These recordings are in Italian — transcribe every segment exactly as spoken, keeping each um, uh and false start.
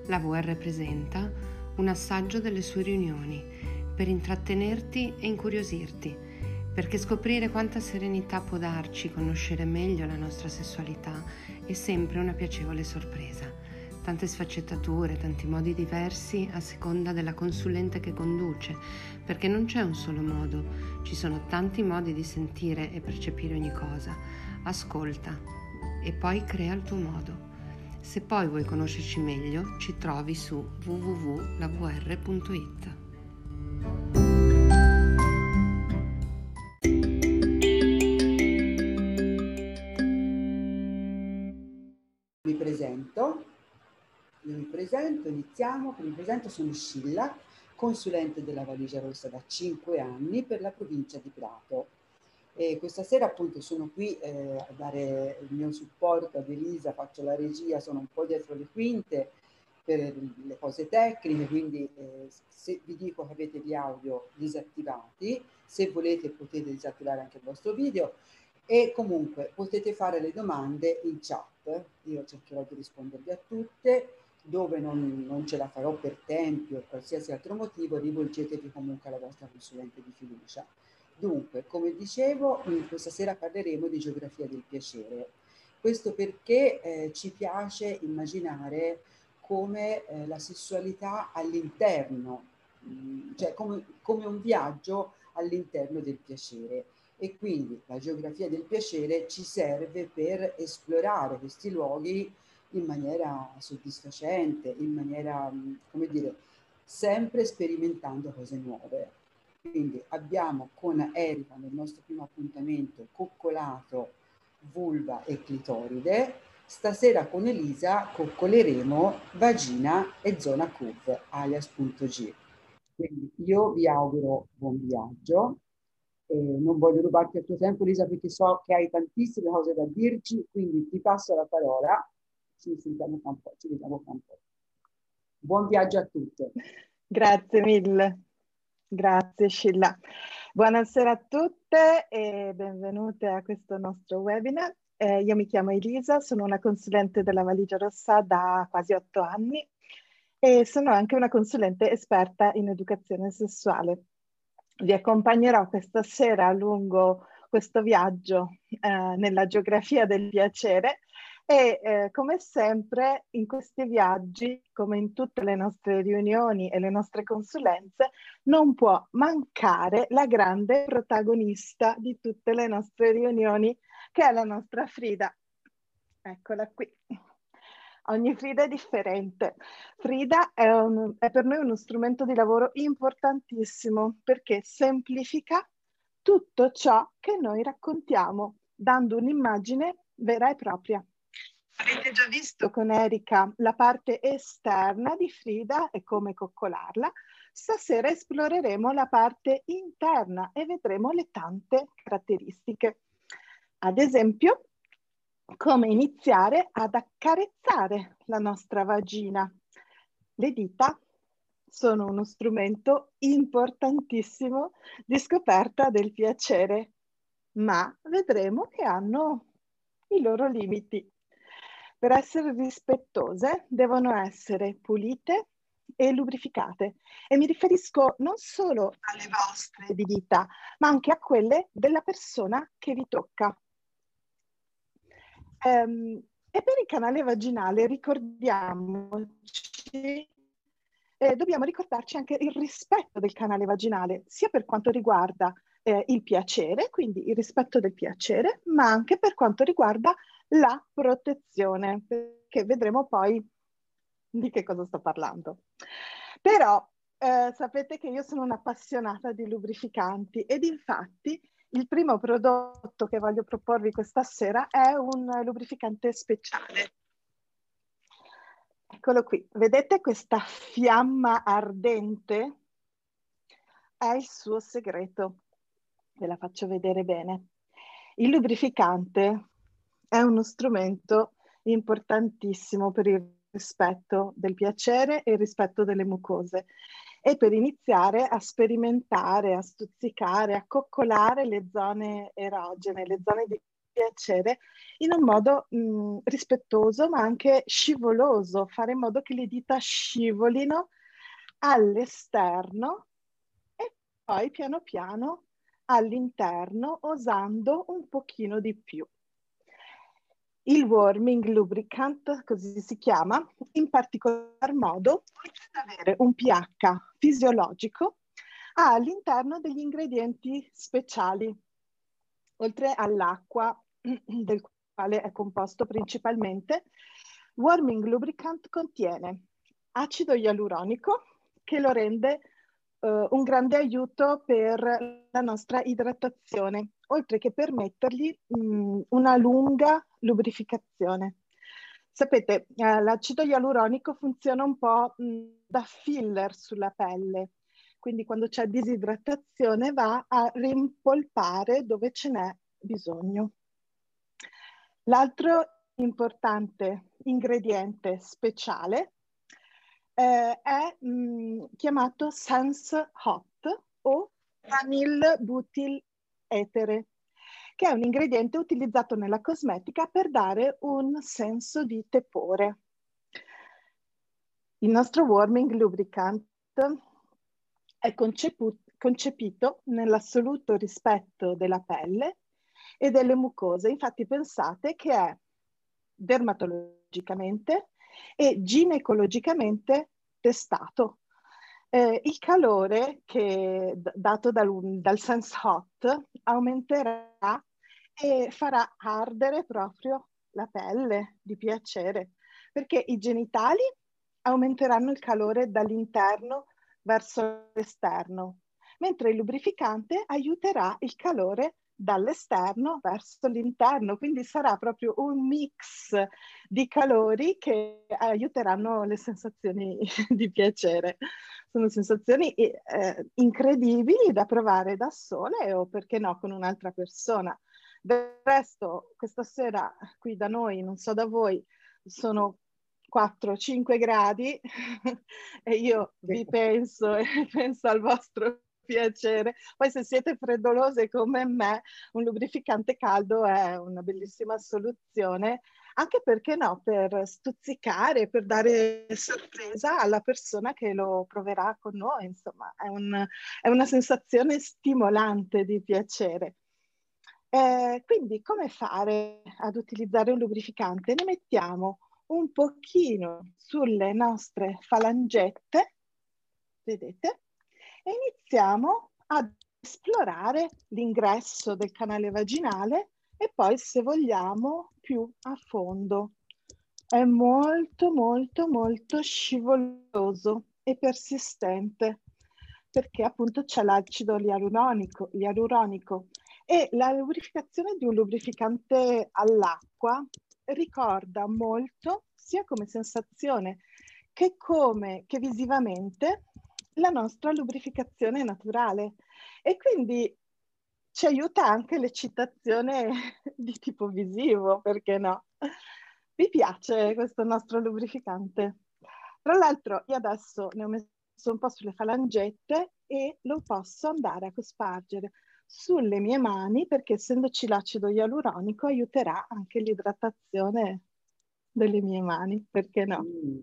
la V R presenta un assaggio delle sue riunioni per intrattenerti e incuriosirti, perché scoprire quanta serenità può darci conoscere meglio la nostra sessualità è sempre una piacevole sorpresa. Tante sfaccettature, tanti modi diversi a seconda della consulente che conduce, perché non c'è un solo modo, ci sono tanti modi di sentire e percepire ogni cosa. Ascolta e poi crea il tuo modo. Se poi vuoi conoscerci meglio, ci trovi su w w w punto la v r punto i t. Mi presento, io mi presento, iniziamo, mi presento, sono Scilla, consulente della Valigia Rossa da cinque anni per la provincia di Prato. E questa sera appunto sono qui eh, a dare il mio supporto ad Elisa, faccio la regia, sono un po' dietro le quinte per le cose tecniche, quindi eh, se vi dico che avete gli audio disattivati, se volete potete disattivare anche il vostro video e comunque potete fare le domande in chat, io cercherò di rispondervi a tutte, dove non, non ce la farò per tempi o qualsiasi altro motivo rivolgetevi comunque alla vostra consulente di fiducia. Dunque, come dicevo, questa sera parleremo di geografia del piacere. Questo perché eh, ci piace immaginare come eh, la sessualità all'interno, cioè come, come un viaggio all'interno del piacere. E quindi la geografia del piacere ci serve per esplorare questi luoghi in maniera soddisfacente, in maniera, come dire, sempre sperimentando cose nuove. Quindi abbiamo con Erika nel nostro primo appuntamento coccolato vulva e clitoride. Stasera con Elisa coccoleremo vagina e zona curve, alias punto G. Quindi io vi auguro buon viaggio. Eh, non voglio rubarti il tuo tempo, Elisa, perché so che hai tantissime cose da dirci, quindi ti passo la parola. Ci sentiamo fra un po', ci vediamo fra un po'. Buon viaggio a tutte. Grazie mille. Grazie Scilla. Buonasera a tutte e benvenute a questo nostro webinar. Eh, io mi chiamo Elisa, sono una consulente della Valigia Rossa da quasi otto anni e sono anche una consulente esperta in educazione sessuale. Vi accompagnerò questa sera lungo questo viaggio eh, nella geografia del piacere e eh, come sempre in questi viaggi, come in tutte le nostre riunioni e le nostre consulenze, non può mancare la grande protagonista di tutte le nostre riunioni, che è la nostra Frida. Eccola qui. Ogni Frida è differente. Frida è, un, è per noi uno strumento di lavoro importantissimo perché semplifica tutto ciò che noi raccontiamo, dando un'immagine vera e propria. Avete già visto con Erika la parte esterna di Frida e come coccolarla. Stasera esploreremo la parte interna e vedremo le tante caratteristiche. Ad esempio, come iniziare ad accarezzare la nostra vagina. Le dita sono uno strumento importantissimo di scoperta del piacere, ma vedremo che hanno i loro limiti. Per essere rispettose devono essere pulite e lubrificate e mi riferisco non solo alle vostre di dita, ma anche a quelle della persona che vi tocca. Um, e per il canale vaginale ricordiamoci, eh, dobbiamo ricordarci anche il rispetto del canale vaginale, sia per quanto riguarda eh, il piacere, quindi il rispetto del piacere, ma anche per quanto riguarda la protezione, perché vedremo poi di che cosa sto parlando. Però eh, sapete che io sono un'appassionata di lubrificanti ed infatti il primo prodotto che voglio proporvi questa sera è un lubrificante speciale. Eccolo qui, vedete questa fiamma ardente? È il suo segreto. Ve la faccio vedere bene. Il lubrificante è uno strumento importantissimo per il rispetto del piacere e il rispetto delle mucose e per iniziare a sperimentare, a stuzzicare, a coccolare le zone erogene, le zone di piacere in un modo mh, rispettoso ma anche scivoloso, fare in modo che le dita scivolino all'esterno e poi piano piano all'interno, osando un pochino di più. Il warming lubricant, così si chiama, in particolar modo, oltre ad avere un pH fisiologico, ha all'interno degli ingredienti speciali, oltre all'acqua del quale è composto principalmente. Warming lubricant contiene acido ialuronico che lo rende uh, un grande aiuto per la nostra idratazione, oltre che permettergli mh, una lunga lubrificazione. Sapete, eh, l'acido ialuronico funziona un po' mh, da filler sulla pelle, quindi quando c'è disidratazione va a rimpolpare dove ce n'è bisogno. L'altro importante ingrediente speciale eh, è mh, chiamato Sense Hot o Vanille Butyl Etere, che è un ingrediente utilizzato nella cosmetica per dare un senso di tepore. Il nostro warming lubricant è concepito nell'assoluto rispetto della pelle e delle mucose. Infatti pensate che è dermatologicamente e ginecologicamente testato. Eh, il calore che dato dal, dal Sense Hot aumenterà e farà ardere proprio la pelle di piacere, perché i genitali aumenteranno il calore dall'interno verso l'esterno, mentre il lubrificante aiuterà il calore dall'esterno verso l'interno, quindi sarà proprio un mix di calori che aiuteranno le sensazioni di piacere. Sono sensazioni eh, incredibili da provare da sole o perché no con un'altra persona. Del resto questa sera qui da noi, non so da voi, sono quattro cinque gradi e io vi penso e penso al vostro piacere. Poi se siete freddolose come me, un lubrificante caldo è una bellissima soluzione, anche perché no, per stuzzicare, per dare sorpresa alla persona che lo proverà con noi, insomma, è, un, è una sensazione stimolante di piacere. Eh, quindi come fare ad utilizzare un lubrificante? Ne mettiamo un pochino sulle nostre falangette, vedete? E iniziamo ad esplorare l'ingresso del canale vaginale e poi, se vogliamo, più a fondo. È molto, molto, molto scivoloso e persistente, perché appunto c'è l'acido ialuronico, ialuronico e la lubrificazione di un lubrificante all'acqua ricorda molto, sia come sensazione che come che visivamente, la nostra lubrificazione naturale, e quindi ci aiuta anche l'eccitazione di tipo visivo, perché no? Vi piace questo nostro lubrificante? Tra l'altro io adesso ne ho messo un po' sulle falangette e lo posso andare a cospargere sulle mie mani, perché essendoci l'acido ialuronico aiuterà anche l'idratazione delle mie mani, perché no? Mm.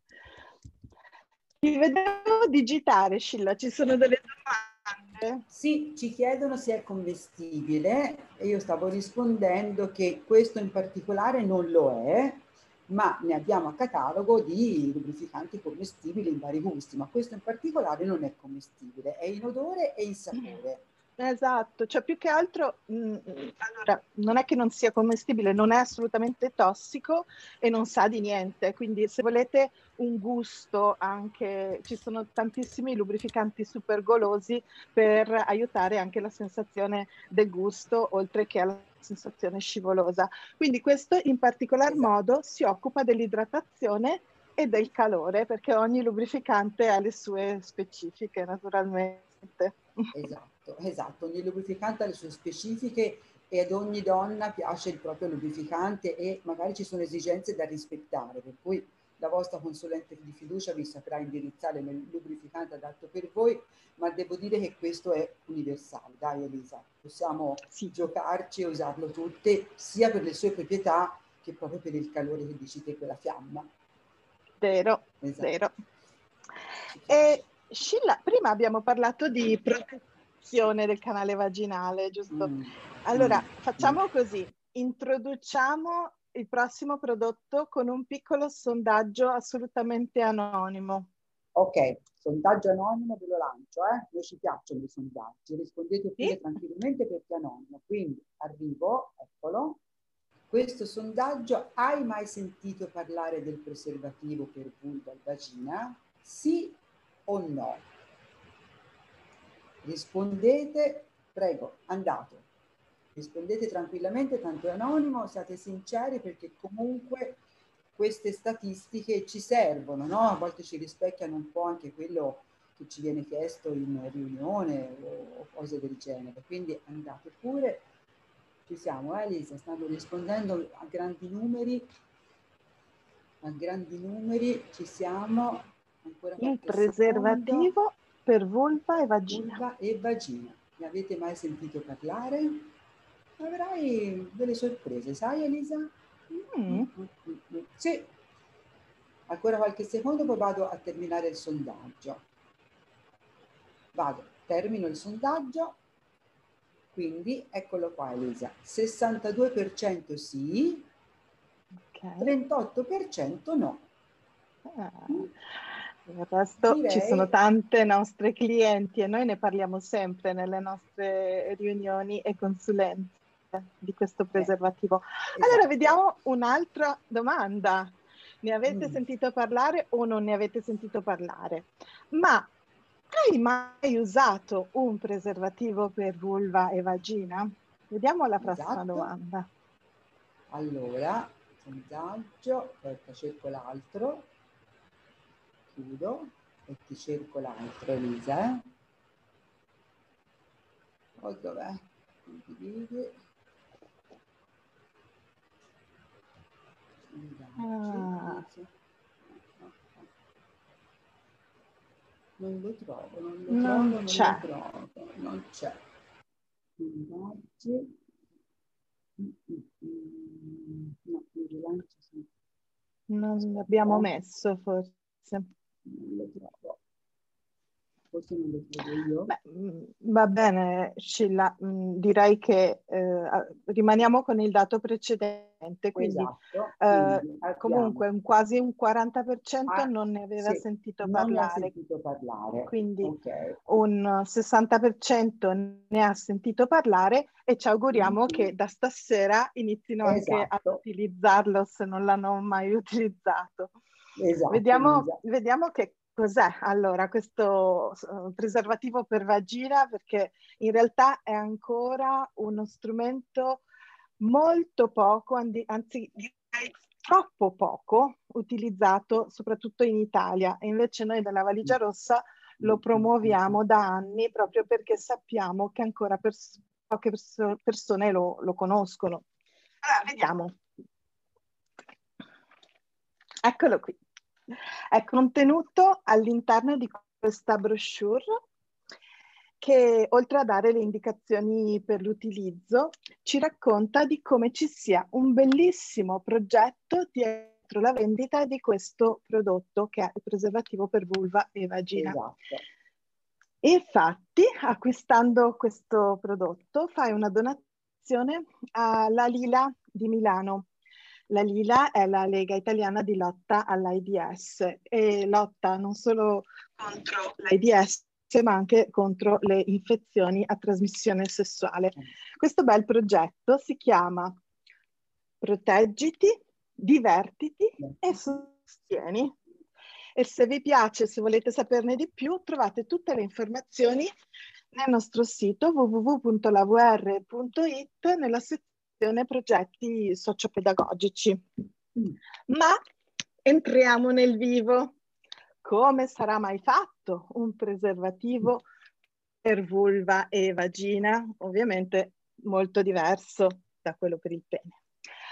Ti vedevo digitare, Scilla, ci sono delle domande? Sì, ci chiedono se è commestibile e io stavo rispondendo che questo in particolare non lo è, ma ne abbiamo a catalogo di lubrificanti commestibili in vari gusti, ma questo in particolare non è commestibile, è in odore e in sapore. Esatto, cioè più che altro, mh, allora, non è che non sia commestibile, non è assolutamente tossico e non sa di niente, quindi se volete un gusto anche, ci sono tantissimi lubrificanti super golosi per aiutare anche la sensazione del gusto, oltre che alla sensazione scivolosa. Quindi questo in particolar esatto. modo si occupa dell'idratazione e del calore, perché ogni lubrificante ha le sue specifiche, naturalmente. Esatto, esatto, ogni lubrificante ha le sue specifiche e ad ogni donna piace il proprio lubrificante e magari ci sono esigenze da rispettare, per cui la vostra consulente di fiducia vi saprà indirizzare nel lubrificante adatto per voi, ma devo dire che questo è universale, dai Elisa, possiamo sì. giocarci e usarlo tutte, sia per le sue proprietà che proprio per il calore che dici te, quella fiamma. Vero, esatto. Vero. E Scilla, prima abbiamo parlato di protezione del canale vaginale, giusto? Mm. Allora, mm. facciamo così, introduciamo il prossimo prodotto con un piccolo sondaggio assolutamente anonimo. Ok, sondaggio anonimo ve lo lancio, eh? Noi ci piacciono i sondaggi, rispondete pure sì? tranquillamente perché è anonimo. Quindi arrivo, eccolo. Questo sondaggio, hai mai sentito parlare del preservativo per vulva e vagina? Sì o no? Rispondete, prego, andato. Rispondete tranquillamente, tanto è anonimo, siate sinceri perché comunque queste statistiche ci servono, no? A volte ci rispecchiano un po' anche quello che ci viene chiesto in riunione o cose del genere. Quindi andate pure. Ci siamo, eh Elisa? Stanno rispondendo a grandi numeri. A grandi numeri ci siamo. Ancora il preservativo secondo. Per vulva e vagina. Vulva e vagina. Ne avete mai sentito parlare? Avrai delle sorprese, sai Elisa? Mm. Sì. Ancora qualche secondo, poi vado a terminare il sondaggio. Vado, termino il sondaggio. Quindi eccolo qua Elisa, sessantadue per cento sì, okay. trentotto per cento no. Ah, il resto Direi... ci sono tante nostre clienti e noi ne parliamo sempre nelle nostre riunioni e consulenze di questo preservativo. Eh, esatto. Allora vediamo un'altra domanda. Ne avete mm. sentito parlare o non ne avete sentito parlare? Ma hai mai usato un preservativo per vulva e vagina? Vediamo la prossima esatto. domanda. Allora, sondaggio, aspetta, cerco l'altro, chiudo e ti cerco l'altro, Elisa. Eh? Oh, dov'è? Condividi. Ah. Non lo trovo, non lo non trovo, c'è. non lo trovo, non c'è. Sondaggi. Mm, mm, mm. No, il rilancio sì. Non l'abbiamo messo forse. Non lo trovo. Forse non lo trovo io. Beh, va bene, Scilla, direi che eh, rimaniamo con il dato precedente, quindi, esatto, eh, quindi comunque un, quasi un quaranta per cento ah, non ne aveva sì, sentito non parlare. Ne ha sentito parlare. Quindi okay. un sessanta per cento ne ha sentito parlare e ci auguriamo mm-hmm. che da stasera inizino esatto. anche ad utilizzarlo se non l'hanno mai utilizzato. Esatto, vediamo, vediamo che cos'è allora questo uh, preservativo per vagina, perché in realtà è ancora uno strumento molto poco, anzi direi troppo poco utilizzato soprattutto in Italia, e invece noi della Valigia Rossa lo promuoviamo da anni proprio perché sappiamo che ancora pers- poche perso- persone lo, lo conoscono. Allora, vediamo. Eccolo qui. È contenuto all'interno di questa brochure che, oltre a dare le indicazioni per l'utilizzo, ci racconta di come ci sia un bellissimo progetto dietro la vendita di questo prodotto, che è il preservativo per vulva e vagina. Esatto. Infatti, acquistando questo prodotto, fai una donazione alla Lila di Milano. La Lila è la Lega Italiana di lotta all'AIDS e lotta non solo contro l'AIDS ma anche contro le infezioni a trasmissione sessuale. Questo bel progetto si chiama Proteggiti, divertiti e sostieni. E se vi piace, se volete saperne di più, trovate tutte le informazioni nel nostro sito w w w punto la v r punto i t nella sezione progetti sociopedagogici. Mm. Ma entriamo nel vivo. Come sarà mai fatto un preservativo per vulva e vagina? Ovviamente molto diverso da quello per il pene.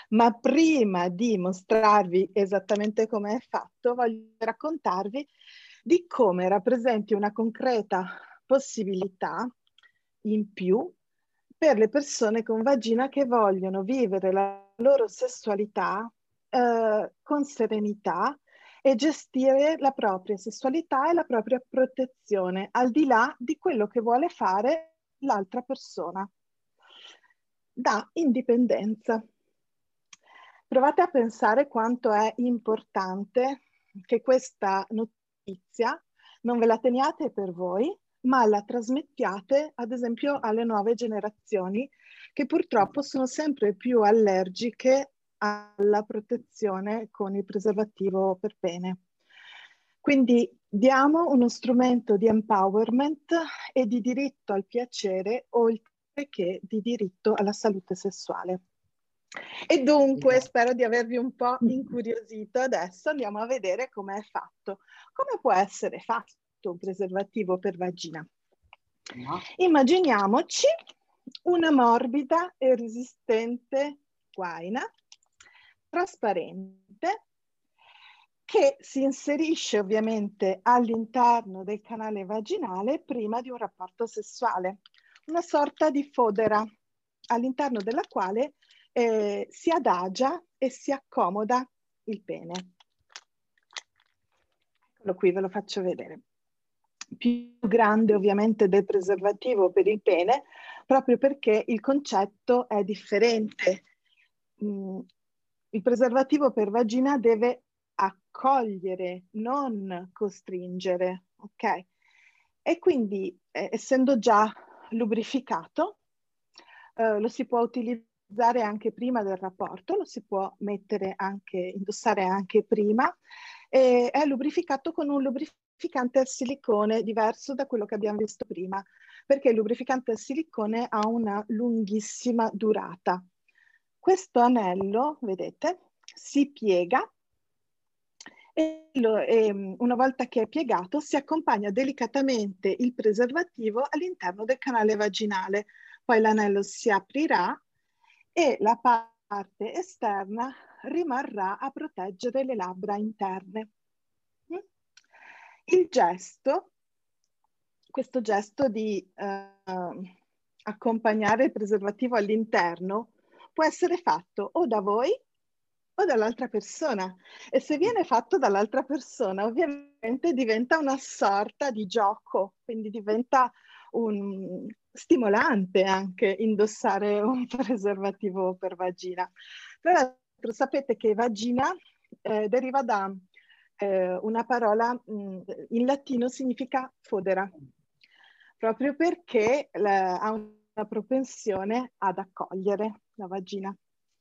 Ma prima di mostrarvi esattamente come è fatto, voglio raccontarvi di come rappresenti una concreta possibilità in più per le persone con vagina che vogliono vivere la loro sessualità eh, con serenità e gestire la propria sessualità e la propria protezione, al di là di quello che vuole fare l'altra persona, da indipendenza. Provate a pensare quanto è importante che questa notizia non ve la teniate per voi, ma la trasmettiate, ad esempio, alle nuove generazioni che purtroppo sono sempre più allergiche alla protezione con il preservativo per pene. Quindi diamo uno strumento di empowerment e di diritto al piacere, oltre che di diritto alla salute sessuale. E dunque spero di avervi un po' incuriosito. Adesso andiamo a vedere come è fatto. Come può essere fatto un preservativo per vagina? No. Immaginiamoci una morbida e resistente guaina trasparente che si inserisce ovviamente all'interno del canale vaginale prima di un rapporto sessuale. Una sorta di fodera all'interno della quale eh, si adagia e si accomoda il pene. Eccolo qui, ve lo faccio vedere. Più grande ovviamente del preservativo per il pene, proprio perché il concetto è differente. Mm, il preservativo per vagina deve accogliere, non costringere, ok? E quindi, eh, essendo già lubrificato, eh, lo si può utilizzare anche prima del rapporto, lo si può mettere anche, indossare anche prima, e è lubrificato con un lubrificante al silicone diverso da quello che abbiamo visto prima, perché il lubrificante al silicone ha una lunghissima durata. Questo anello, vedete, si piega e, lo, e una volta che è piegato si accompagna delicatamente il preservativo all'interno del canale vaginale. Poi l'anello si aprirà e la parte esterna rimarrà a proteggere le labbra interne. Il gesto, questo gesto di eh, accompagnare il preservativo all'interno può essere fatto o da voi o dall'altra persona. E se viene fatto dall'altra persona, ovviamente diventa una sorta di gioco, quindi diventa un stimolante anche indossare un preservativo per vagina. Tra l'altro sapete che vagina eh, deriva da eh, una parola mh, in latino significa fodera, proprio perché la, ha una propensione ad accogliere la vagina.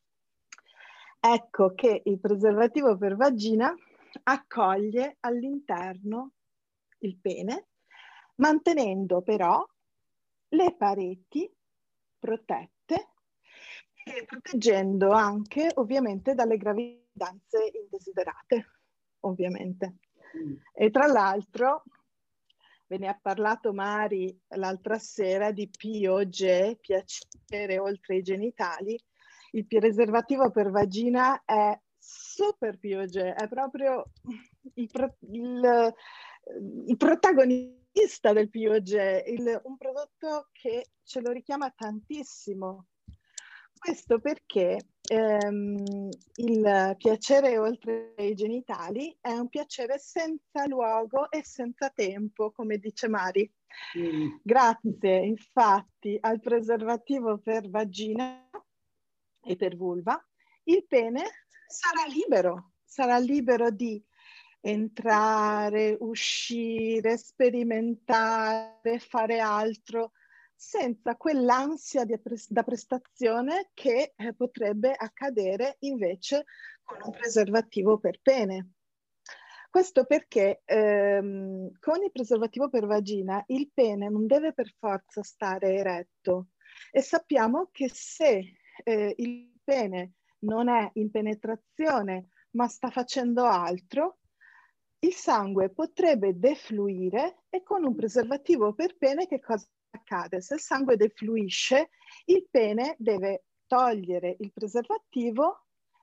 Ecco che il preservativo per vagina accoglie all'interno il pene, mantenendo però le pareti protette e proteggendo anche ovviamente dalle gravidanze indesiderate, ovviamente. Mm. E tra l'altro ve ne ha parlato Mari l'altra sera di P O G, piacere oltre i genitali. Il preservativo per vagina è super P O G, è proprio il, pro, il, il protagonista del P O G, il, un prodotto che ce lo richiama tantissimo. Questo perché ehm, il piacere oltre i genitali è un piacere senza luogo e senza tempo, come dice Mari. Mm. Grazie infatti al preservativo per vagina e per vulva, il pene sarà libero, sarà libero di entrare, uscire, sperimentare, fare altro, senza quell'ansia da prestazione che eh, potrebbe accadere invece con un preservativo per pene. Questo perché ehm, con il preservativo per vagina il pene non deve per forza stare eretto e sappiamo che se eh, il pene non è in penetrazione ma sta facendo altro, il sangue potrebbe defluire e con un preservativo per pene che cosa accade? Se il sangue defluisce, il pene deve togliere il preservativo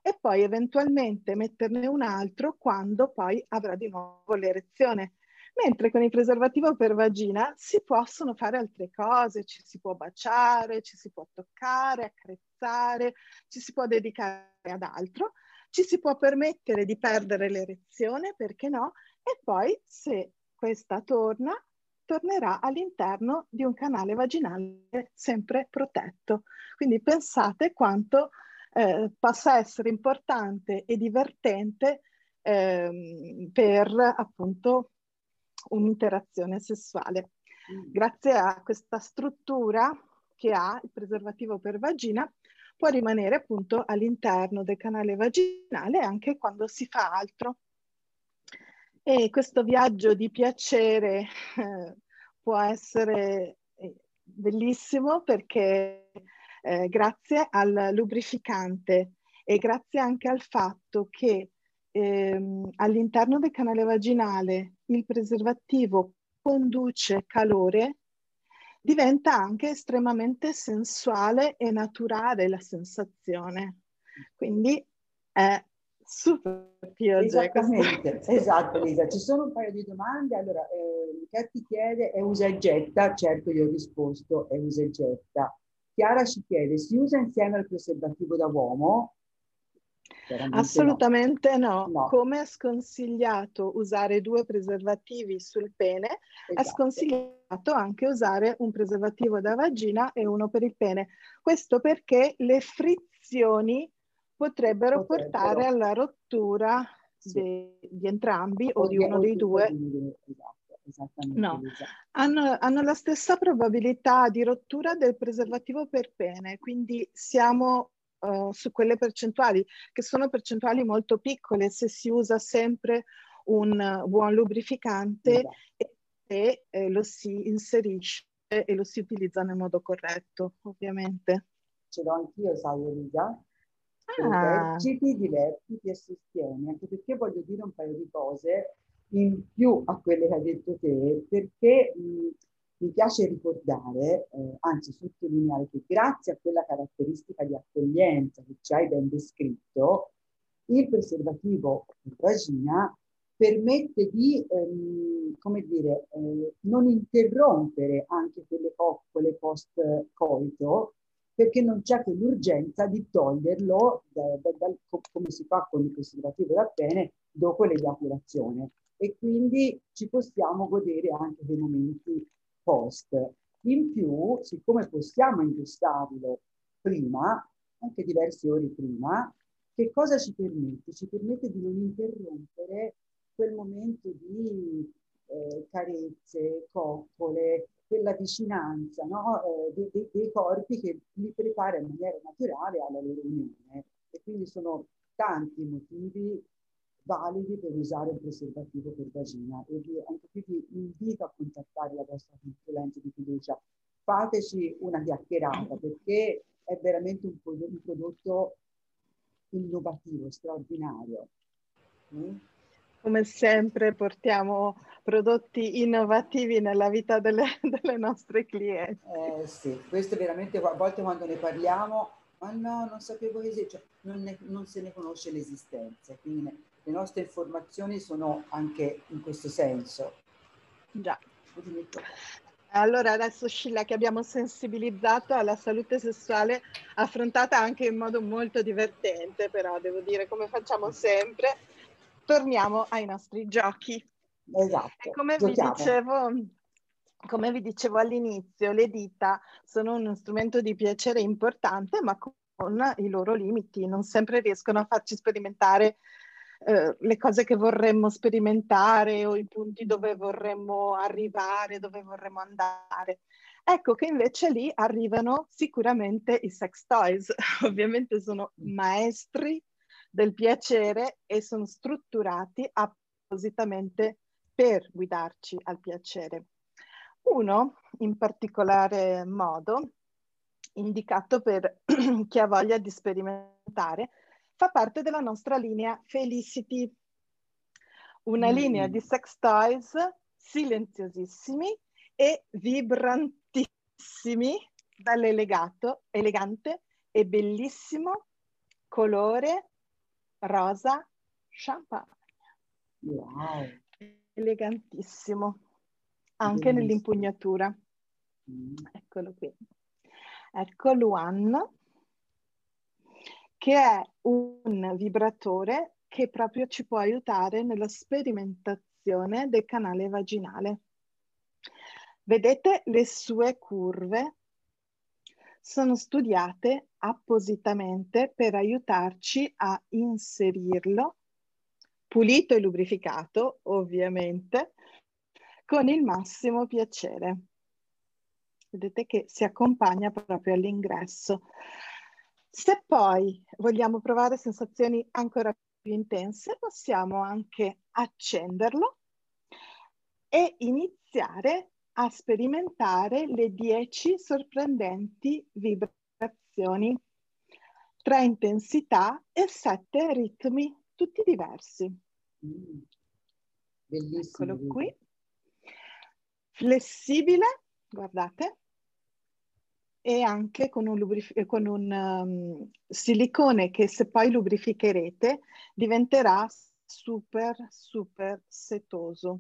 e poi eventualmente metterne un altro quando poi avrà di nuovo l'erezione. Mentre con il preservativo per vagina si possono fare altre cose, ci si può baciare, ci si può toccare, accarezzare, ci si può dedicare ad altro, ci si può permettere di perdere l'erezione, perché no? E poi se questa torna, tornerà all'interno di un canale vaginale sempre protetto. Quindi pensate quanto eh, possa essere importante e divertente ehm, per appunto un'interazione sessuale. Mm. Grazie a questa struttura che ha il preservativo per vagina, può rimanere appunto all'interno del canale vaginale anche quando si fa altro. E questo viaggio di piacere eh, può essere eh, bellissimo perché eh, grazie al lubrificante e grazie anche al fatto che ehm, all'interno del canale vaginale il preservativo conduce calore, diventa anche estremamente sensuale e naturale la sensazione. Quindi è super piacevole. Esattamente, esatto Lisa. Ci sono un paio di domande. Allora, eh, Katy chiede, è usa e getta? Certo, io ho risposto, è usa e getta. Chiara ci chiede, si usa insieme al preservativo da uomo? Assolutamente no. no. Come è sconsigliato usare due preservativi sul pene, esatto. È sconsigliato anche usare un preservativo da vagina e uno per il pene. Questo perché le frizioni potrebbero, potrebbero. portare alla rottura sì. de, di entrambi o, o di uno o dei due. Esatto, esattamente. No, hanno, hanno la stessa probabilità di rottura del preservativo per pene, quindi siamo uh, su quelle percentuali, che sono percentuali molto piccole se si usa sempre un uh, buon lubrificante esatto. e, e eh, lo si inserisce e lo si utilizza nel modo corretto, ovviamente. Ce l'ho anch'io, sai Elisa? Ah. Proteggiti, divertiti e sostieni, anche perché voglio dire un paio di cose in più a quelle che hai detto te, perché mh, mi piace ricordare, eh, anzi sottolineare che grazie a quella caratteristica di accoglienza che ci hai ben descritto, il preservativo in vagina permette di, ehm, come dire, eh, non interrompere anche quelle coccole post-coito, perché non c'è quell'urgenza di toglierlo da, da, da, come si fa con il preservativo da pene dopo l'eiaculazione. E quindi ci possiamo godere anche dei momenti post. In più, siccome possiamo ingiustarlo prima, anche diverse ore prima, che cosa ci permette? Ci permette di non interrompere quel momento di eh, carezze, coccole, quella vicinanza, no? eh, dei, dei, dei corpi che li prepara in maniera naturale alla loro unione. E quindi sono tanti motivi validi per usare un preservativo per vagina. E anche qui vi invito a contattare la vostra consulente di fiducia. Fateci una chiacchierata perché è veramente un, un prodotto innovativo, straordinario. Mm? Come sempre portiamo prodotti innovativi nella vita delle, delle nostre clienti. Eh sì, questo veramente a volte quando ne parliamo, ma no, non sapevo che esiste, cioè, non, ne, non se ne conosce l'esistenza, quindi ne, le nostre informazioni sono anche in questo senso. Già. Allora adesso Scilla, che abbiamo sensibilizzato alla salute sessuale affrontata anche in modo molto divertente, però devo dire come facciamo sempre, torniamo ai nostri giochi. Esatto. E come vi dicevo, come vi dicevo all'inizio, le dita sono uno strumento di piacere importante, ma con i loro limiti. Non sempre riescono a farci sperimentare eh, le cose che vorremmo sperimentare o i punti dove vorremmo arrivare, dove vorremmo andare. Ecco che invece lì arrivano sicuramente i sex toys. Ovviamente sono maestri del piacere e sono strutturati appositamente per guidarci al piacere. Uno, in particolare modo, indicato per chi ha voglia di sperimentare, fa parte della nostra linea Felicity, una mm. linea di sex toys silenziosissimi e vibrantissimi, dall'elegato, elegante e bellissimo colore rosa champagne. Wow. Elegantissimo, anche Bellissimo. nell'impugnatura. Mm. Eccolo qui. Ecco Luan, che è un vibratore che proprio ci può aiutare nella sperimentazione del canale vaginale. Vedete le sue curve? Sono studiate appositamente per aiutarci a inserirlo, pulito e lubrificato, ovviamente, con il massimo piacere. Vedete che si accompagna proprio all'ingresso. Se poi vogliamo provare sensazioni ancora più intense, possiamo anche accenderlo e iniziare a sperimentare le dieci sorprendenti vibrazioni, tre intensità e sette ritmi tutti diversi. Mm. Bellissimo. Eccolo qui. Flessibile, guardate, e anche con un, lubrif- con un um, silicone che se poi lubrificherete diventerà super, super setoso.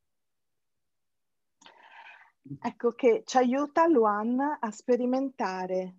Ecco che ci aiuta Luan a sperimentare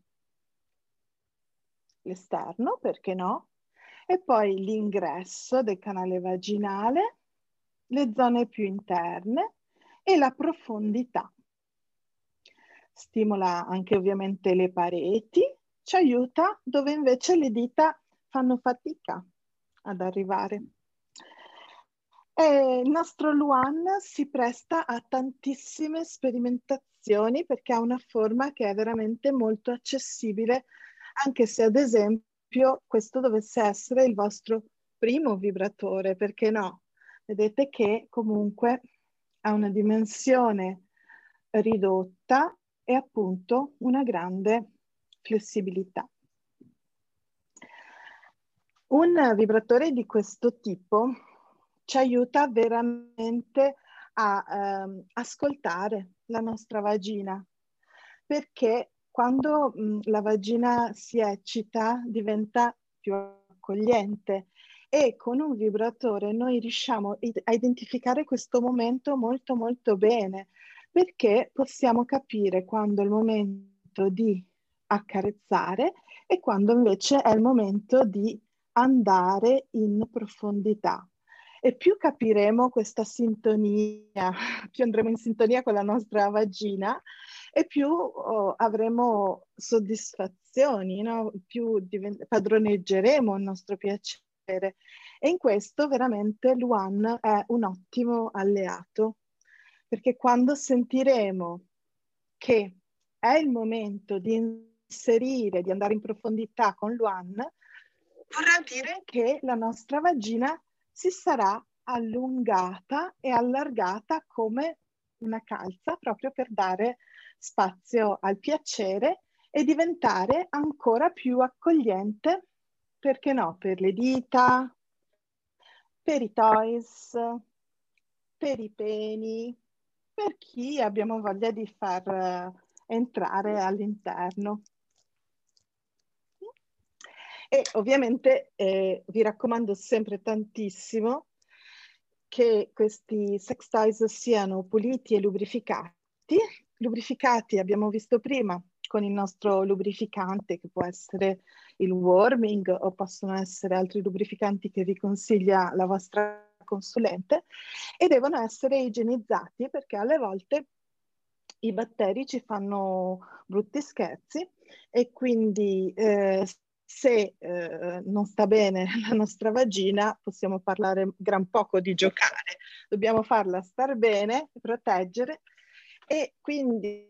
l'esterno, perché no? E poi l'ingresso del canale vaginale, le zone più interne e la profondità. Stimola anche ovviamente le pareti, ci aiuta dove invece le dita fanno fatica ad arrivare. E il nostro Luan si presta a tantissime sperimentazioni perché ha una forma che è veramente molto accessibile, anche se ad esempio questo dovesse essere il vostro primo vibratore, perché no? Vedete che comunque ha una dimensione ridotta e appunto una grande flessibilità. Un vibratore di questo tipo ci aiuta veramente a ehm, ascoltare la nostra vagina, perché quando mh, la vagina si eccita diventa più accogliente e con un vibratore noi riusciamo a identificare questo momento molto molto bene, perché possiamo capire quando è il momento di accarezzare e quando invece è il momento di andare in profondità. E più capiremo questa sintonia, più andremo in sintonia con la nostra vagina e più oh, avremo soddisfazioni, no? Più padroneggeremo il nostro piacere. E in questo veramente Luan è un ottimo alleato, perché quando sentiremo che è il momento di inserire, di andare in profondità con Luan, vorrà dire che la nostra vagina si sarà allungata e allargata come una calza proprio per dare spazio al piacere e diventare ancora più accogliente, perché no, per le dita, per i toys, per i peni, per chi abbiamo voglia di far uh, entrare all'interno. E ovviamente eh, vi raccomando sempre tantissimo che questi sex toys siano puliti e lubrificati. Lubrificati abbiamo visto prima con il nostro lubrificante, che può essere il warming o possono essere altri lubrificanti che vi consiglia la vostra consulente, e devono essere igienizzati perché alle volte i batteri ci fanno brutti scherzi e quindi eh, se eh, non sta bene la nostra vagina possiamo parlare gran poco di giocare, dobbiamo farla star bene, proteggere, e quindi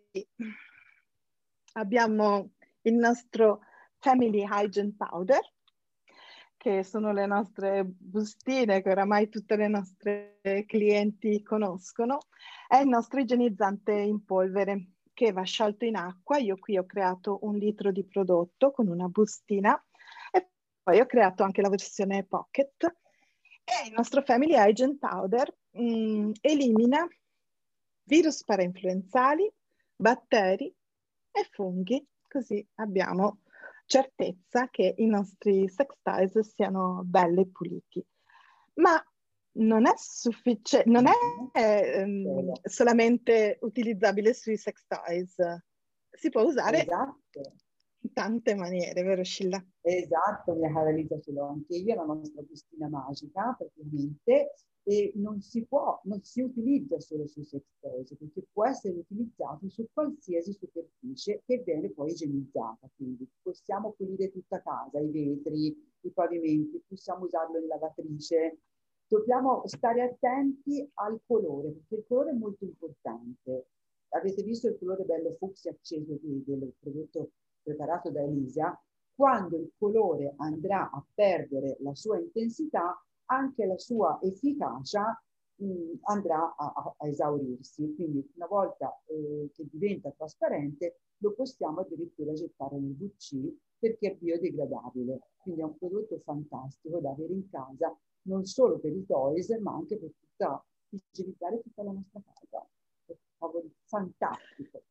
abbiamo il nostro Family Hygiene Powder, che sono le nostre bustine che oramai tutte le nostre clienti conoscono. È il nostro igienizzante in polvere che va sciolto in acqua. Io qui ho creato un litro di prodotto con una bustina e poi ho creato anche la versione pocket. E il nostro Family Hygiene Powder mh, elimina virus parainfluenzali, batteri e funghi. Così abbiamo certezza che i nostri sex toys siano belli e puliti. Ma non è sufficiente, non è ehm, solamente utilizzabile sui sex toys, si può usare Esatto. in tante maniere, vero Scilla? Esatto, mia cara Lisa, ce l'ho anche io, la nostra bustina magica praticamente, e non si può, non si utilizza solo sui sex toys, perché può essere utilizzato su qualsiasi superficie che viene poi igienizzata, quindi possiamo pulire tutta casa, i vetri, i pavimenti, possiamo usarlo in lavatrice. Dobbiamo stare attenti al colore, perché il colore è molto importante. Avete visto il colore bello fucsia acceso del prodotto preparato da Elisa? Quando il colore andrà a perdere la sua intensità, anche la sua efficacia mh, andrà a, a, a esaurirsi. Quindi una volta eh, che diventa trasparente, lo possiamo addirittura gettare nel V C perché è biodegradabile. Quindi è un prodotto fantastico da avere in casa, non solo per i toys, ma anche per tutta, igienizzare tutta la nostra casa. È fantastico.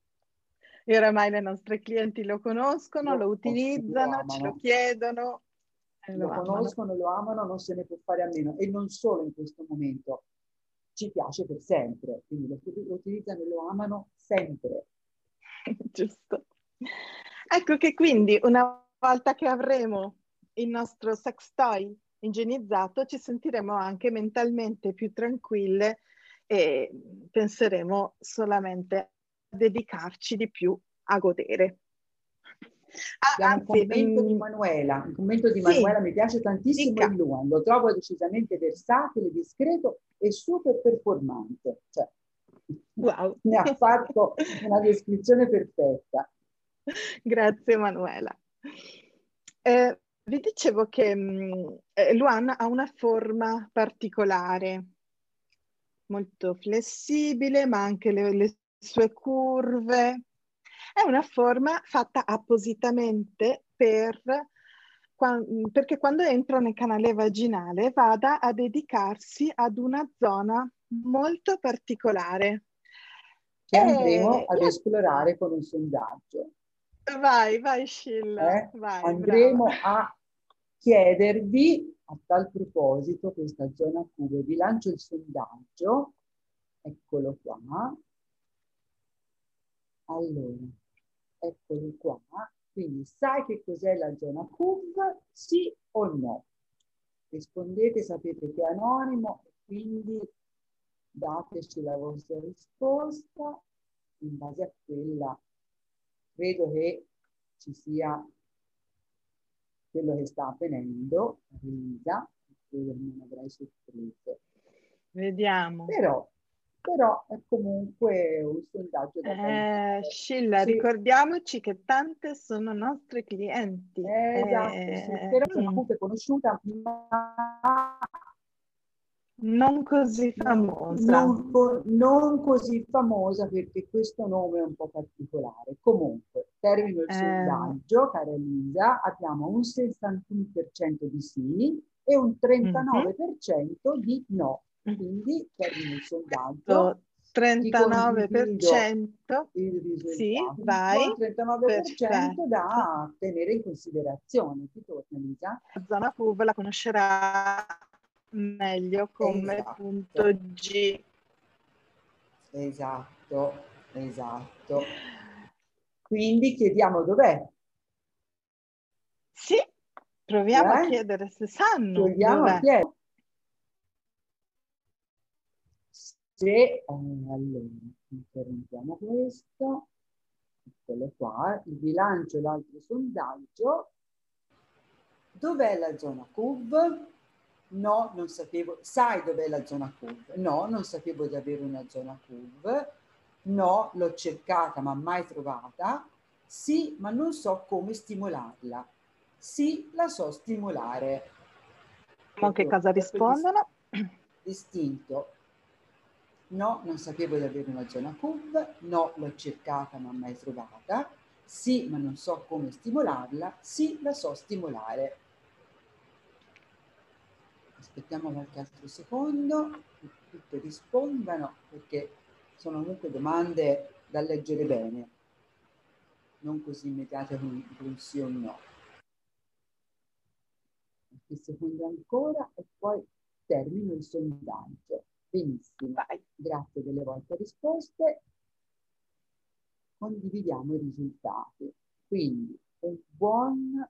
E oramai le nostre clienti lo conoscono, lo, lo utilizzano, lo ce lo chiedono. E lo, lo conoscono, lo amano, non se ne può fare a meno. E non solo in questo momento, ci piace per sempre. Quindi lo, lo utilizzano e lo amano sempre. Giusto. Ecco che quindi una volta che avremo il nostro sex toy igienizzato, ci sentiremo anche mentalmente più tranquille e penseremo solamente a dedicarci di più a godere. Ah, anzi, un commento mh, di Manuela, un commento di sì, Manuela, mi piace tantissimo dica. Il Luan, lo trovo decisamente versatile, discreto e super performante. Cioè, wow. Ne ha fatto una descrizione perfetta. Grazie Manuela. Eh, vi dicevo che mh, Luan ha una forma particolare, molto flessibile, ma anche le, le sue curve. È una forma fatta appositamente per, perché quando entra nel canale vaginale vada a dedicarsi ad una zona molto particolare. Che andremo ad io... esplorare con un sondaggio. Vai, vai Scilla, eh? vai, Andremo brava. a chiedervi, a tal proposito, questa zona cubo, vi lancio il sondaggio, eccolo qua. Allora, eccolo qua. Quindi, sai che cos'è la zona C U V? Sì o no? Rispondete, sapete che è anonimo, quindi dateci la vostra risposta. In base a quella, credo che ci sia quello che sta avvenendo, Elisa, credo che non avrai sorprese. Vediamo. Però, però è comunque un sondaggio da eh, Scilla, sì. Ricordiamoci che tante sono nostre clienti. Eh, esatto, eh, sì, però sono mm. comunque conosciuta, ma non così famosa. Non, non, non così famosa perché questo nome è un po' particolare. Comunque, termino il eh. sondaggio, cara Elisa, abbiamo un sessantuno per cento di sì e un trentanove per cento mm-hmm. di no. Quindi termino il sondaggio. trentanove per cento il risultato. Sì, vai. Un trentanove per cento da tenere in considerazione. Ti torna, Elisa? La zona C U V la conoscerà meglio come esatto. Punto G. Esatto, esatto. Quindi chiediamo dov'è. Sì, proviamo eh? a chiedere se sanno Proviamo dov'è. a chiedere. Se, eh, allora, interrompiamo questo. Eccolo qua, il bilancio e l'altro sondaggio. Dov'è la zona C U V? No, non sapevo. Sai dov'è la zona C U V? No, non sapevo di avere una zona C U V. No, l'ho cercata ma mai trovata. Sì, ma non so come stimolarla. Sì, la so stimolare. Ma che cosa rispondono? Distinto. No, non sapevo di avere una zona C U V. No, l'ho cercata ma mai trovata. Sì, ma non so come stimolarla. Sì, la so stimolare. Aspettiamo qualche altro secondo che tutte rispondano perché sono comunque domande da leggere bene. non così immediate con, con sì o no. Qualche secondo ancora e poi termino il sondaggio. Benissimo, Vai. Grazie delle vostre risposte. Condividiamo i risultati. Quindi un buon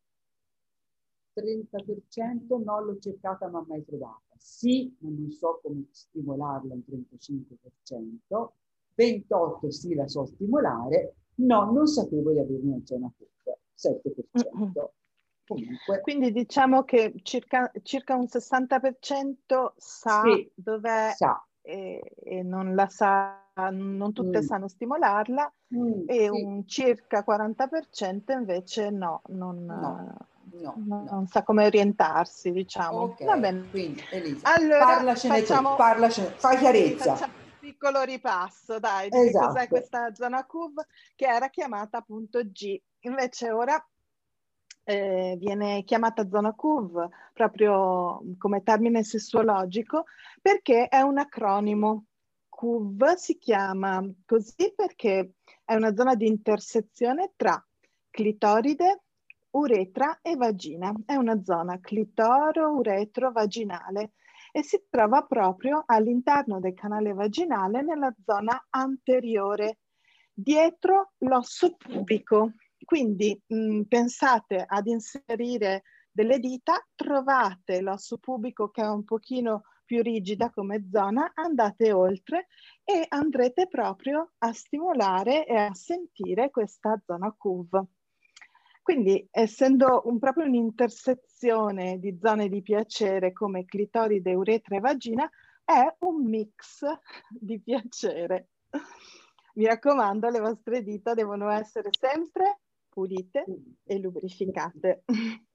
trenta per cento non l'ho cercata ma mai trovata. Sì, ma non so come stimolarla, un trentacinque per cento. ventotto sì, la so stimolare. No, non sapevo di avere una zona cupa, sette per cento. Mm-hmm. Comunque, quindi diciamo che circa, circa un sessanta per cento sa sì, dov'è e, e non la sa, non tutte mm. sanno stimolarla mm, e sì. un circa quaranta per cento invece no, non, no, no, non, no. non sa come orientarsi, diciamo. Ok, va bene. Quindi Elisa, allora, parlacene facciamo, tu, parlacene, fai chiarezza. Facciamo un piccolo ripasso, dai, di esatto. che cos'è questa zona C U V che era chiamata appunto G. Invece ora Eh, viene chiamata zona C U V proprio come termine sessuologico perché è un acronimo. C U V si chiama così perché è una zona di intersezione tra clitoride, uretra e vagina. È una zona clitoro-uretro-vaginale e si trova proprio all'interno del canale vaginale nella zona anteriore, dietro l'osso pubico. Quindi mh, pensate ad inserire delle dita, trovate l'osso pubico che è un pochino più rigida come zona, andate oltre e andrete proprio a stimolare e a sentire questa zona C U V. Quindi essendo un, proprio un'intersezione di zone di piacere come clitoride, uretra e vagina, è un mix di piacere. Mi raccomando, le vostre dita devono essere sempre pulite e lubrificate.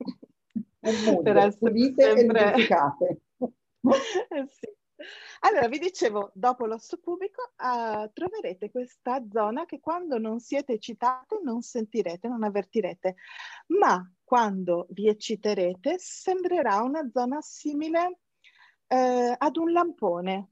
Per essere pulite sempre... e lubrificate. eh sì. Allora, vi dicevo, dopo l'osso pubico uh, troverete questa zona che quando non siete eccitate non sentirete, non avvertirete, ma quando vi ecciterete sembrerà una zona simile eh, ad un lampone.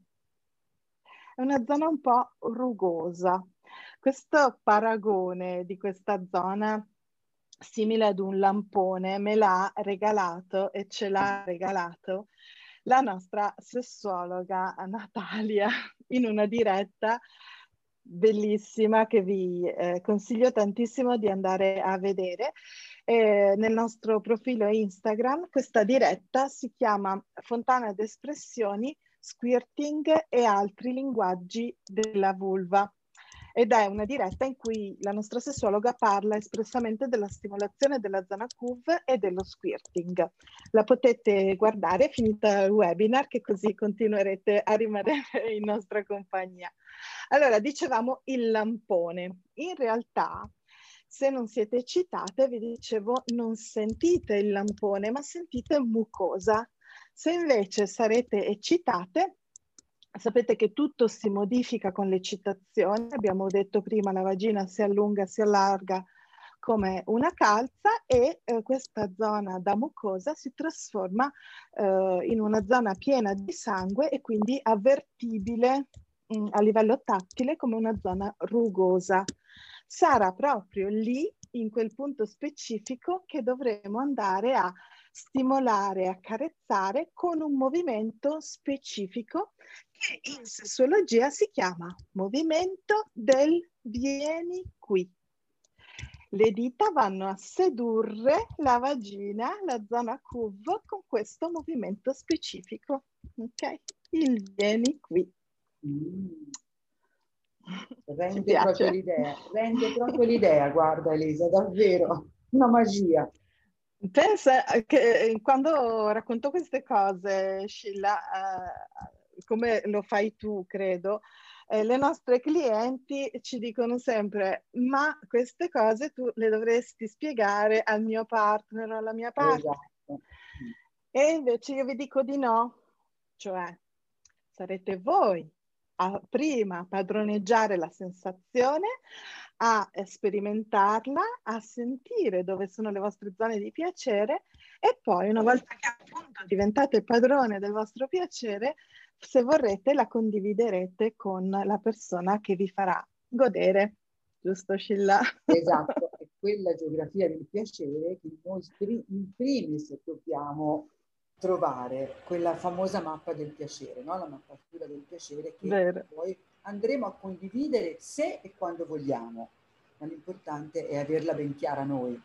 È una zona un po' rugosa. Questo paragone di questa zona simile ad un lampone me l'ha regalato e ce l'ha regalato la nostra sessuologa Natalia in una diretta bellissima che vi eh, consiglio tantissimo di andare a vedere. Eh, nel nostro profilo Instagram questa diretta si chiama Fontana d'Espressioni, Squirting e altri linguaggi della vulva. Ed è una diretta in cui la nostra sessuologa parla espressamente della stimolazione della zona C U V e dello squirting. La potete guardare finita il webinar, che così continuerete a rimanere in nostra compagnia. Allora, dicevamo il lampone. In realtà, se non siete eccitate, vi dicevo, non sentite il lampone, ma sentite mucosa. Se invece sarete eccitate, sapete che tutto si modifica con l'eccitazione. Abbiamo detto prima, la vagina si allunga, si allarga come una calza e eh, questa zona da mucosa si trasforma eh, in una zona piena di sangue e quindi avvertibile mh, a livello tattile come una zona rugosa. Sarà proprio lì, in quel punto specifico, che dovremo andare a stimolare, accarezzare con un movimento specifico che in sessuologia si chiama movimento del vieni qui. Le dita vanno a sedurre la vagina, la zona C U V, con questo movimento specifico. Ok? Il vieni qui. Mm. Rende proprio l'idea, rende proprio l'idea, guarda Elisa, davvero, una magia. Pensa che quando racconto queste cose, Scilla, eh, come lo fai tu, credo, eh, le nostre clienti ci dicono sempre: ma queste cose tu le dovresti spiegare al mio partner o alla mia partner. Esatto. E invece io vi dico di no, cioè sarete voi a prima padroneggiare la sensazione, a sperimentarla, a sentire dove sono le vostre zone di piacere e poi una volta che appunto diventate padrone del vostro piacere, se vorrete la condividerete con la persona che vi farà godere giusto Scilla? Esatto, è quella geografia del piacere che noi in primis dobbiamo trovare, quella famosa mappa del piacere, no? La mappatura del piacere che Vero. poi andremo a condividere se e quando vogliamo, ma l'importante è averla ben chiara noi.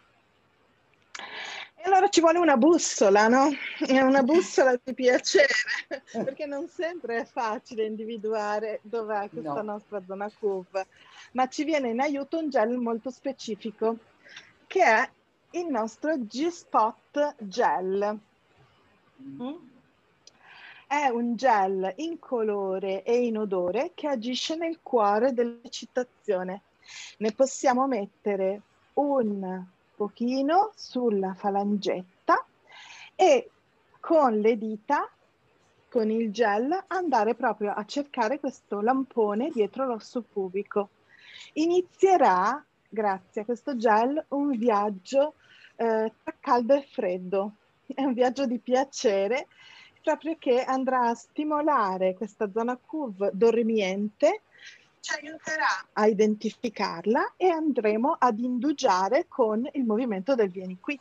E allora ci vuole una bussola, no? È una bussola di piacere, perché non sempre è facile individuare dov'è questa No. nostra zona C U V, ma ci viene in aiuto un gel molto specifico, che è il nostro G-Spot Gel. Mm? È un gel incolore e inodore che agisce nel cuore dell'eccitazione. Ne possiamo mettere un pochino sulla falangetta e con le dita, con il gel, andare proprio a cercare questo lampone dietro l'osso pubico. Inizierà, grazie a questo gel, un viaggio eh, tra caldo e freddo. È un viaggio di piacere, proprio che andrà a stimolare questa zona C U V dormiente, ci aiuterà a identificarla e andremo ad indugiare con il movimento del vieni qui.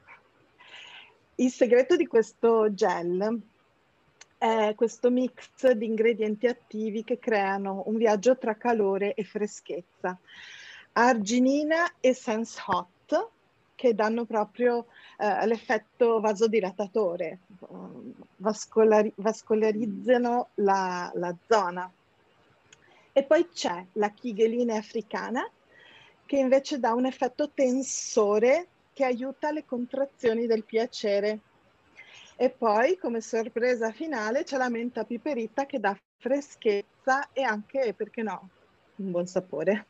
Il segreto di questo gel è questo mix di ingredienti attivi che creano un viaggio tra calore e freschezza. Arginina e Sense Hot, che danno proprio eh, l'effetto vasodilatatore, vascolari vascolarizzano la, la zona. E poi c'è la chighelina africana, che invece dà un effetto tensore che aiuta le contrazioni del piacere. E poi, come sorpresa finale, c'è la menta piperita che dà freschezza e anche, perché no, un buon sapore.